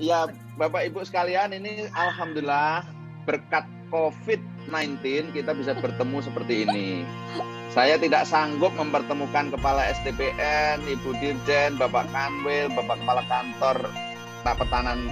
Ya, Bapak Ibu sekalian, ini alhamdulillah berkat COVID-19 kita bisa bertemu seperti ini. Saya tidak sanggup mempertemukan Kepala SDPN, Ibu Dirjen, Bapak Kanwil, Bapak Kepala Kantor Pertahanan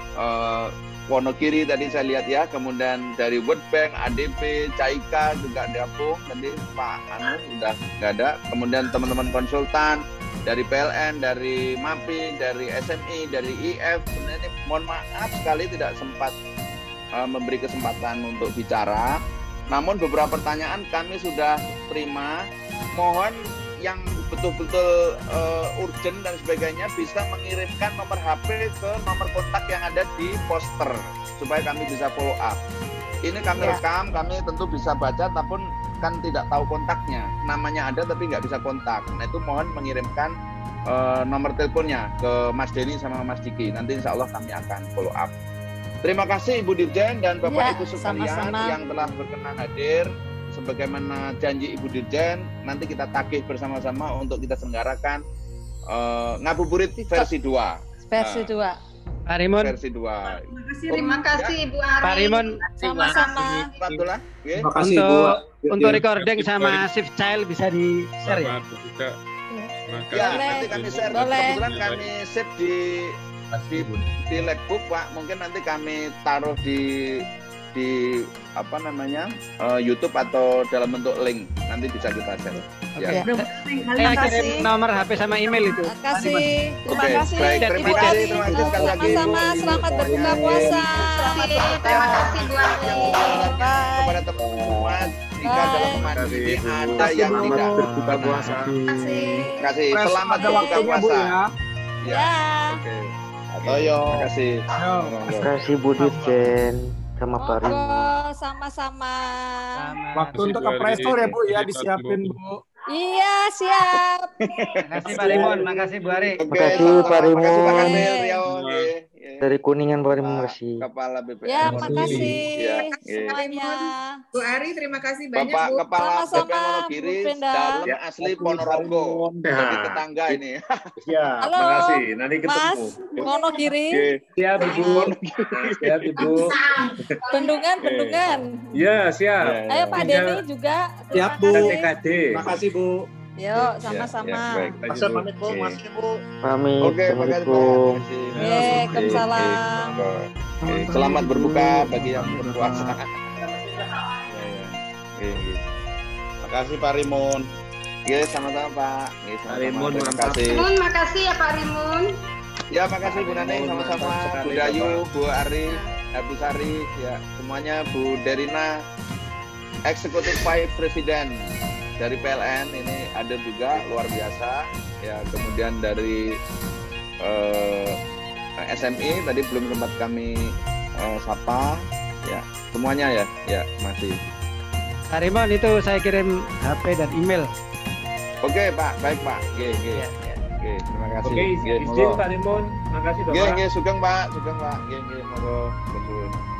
Wonogiri tadi saya lihat ya, kemudian dari World Bank, ADB, Caika juga gabung, tadi Pak Anu sudah nggak ada, kemudian teman-teman konsultan dari PLN, dari MAPI, dari SMI, dari IF, sebenarnya mohon maaf sekali tidak sempat memberi kesempatan untuk bicara. Namun beberapa pertanyaan kami sudah terima. Mohon yang betul-betul urgent dan sebagainya bisa mengirimkan nomor HP ke nomor kontak yang ada di poster supaya kami bisa follow up. Ini kami rekam, kami tentu bisa baca, tapi kan tidak tahu kontaknya. Namanya ada tapi nggak bisa kontak. Nah itu mohon mengirimkan nomor teleponnya ke Mas Denny sama Mas Diki. Nanti insya Allah kami akan follow up. Terima kasih Ibu Dirjen dan Bapak Ibu sekalian yang telah berkenan hadir. Sebagaimana janji Ibu Dirjen, nanti kita tagih bersama-sama untuk kita selenggarakan ngabuburit versi 2. Versi 2. Pak Rimun. Versi 2. Terima kasih Ibu Ari. Pak Rimun. Sama-sama. Terima kasih Untuk recording sama Shift Child bisa di-share ya? Ya, nanti kami share. Kebetulan kami save di Lagbook, Pak. Mungkin nanti kami taruh di apa namanya YouTube atau dalam bentuk link, nanti bisa kita share. Ya. Saya kirim nomor HP sama email itu. Terima kasih. Terima kasih sekali lagi. Sama-sama, selamat berbuka puasa. Terima kasih Bu Ari. Kepada teman-teman semua, jika dalam umat ini ada yang tidak berbuka puasa. Terima kasih. Selamat berbuka puasa. Ya. Oke. Atoyo. Terima kasih. Terima kasih Bu Dirjen sama Pak Rimun. Sama-sama. Waktu untuk kompresor ya Bu ya, disiapin Bu. Iya, siap. Makasih Pak Rimun, makasih Bu Ari. Makasih Pak Rimun. Makasih Pak Kamil, Rio. Dari Kuningan Pak Rimun, makasih. Kepala BPN. Ya, makasih Ya, semuanya. Bu Ari, terima kasih banyak Bapak Bu. Kepala Sama-sama, BPN Wonogiri, Bu Brenda. dalam asli Ponorogo. Jadi tetangga ini. Ya, Halo, makasih. Nanti ketemu. Mas Wonogiri. Siap Ibu. Siap Ibu. Bendungan. Ya, siap. Ayo Pak Denny juga. Siap Bu. TKD. Makasih Bu. Yuk, sama-sama. Pamit Bu, makasih Bu. Pamit. Oke, makasih Pak. Assalamualaikum. Waalaikumsalam. Oke, selamat berbuka bagi yang berpuasa. Makasih Pak Rimun. Oke, sama-sama Pak. Sama-sama. Rimun, Terima mantap. kasih. Rimun, makasih ya Pak Rimun. Ya, makasih Bu Nani, sama-sama. Bu Dayu, Bu Ari, Bu Sari, ya semuanya, Bu Derina, Executive Vice President dari PLN ini ada juga, luar biasa. Ya, kemudian dari SMI tadi belum sempat kami sapa, ya semuanya ya masih. Pak Rimun, itu saya kirim HP dan email. Oke Pak, baik Pak. Oke, terima kasih. Oke, izin Pak Rimun. Makasih Bapak. Sugeng Pak. Monggo.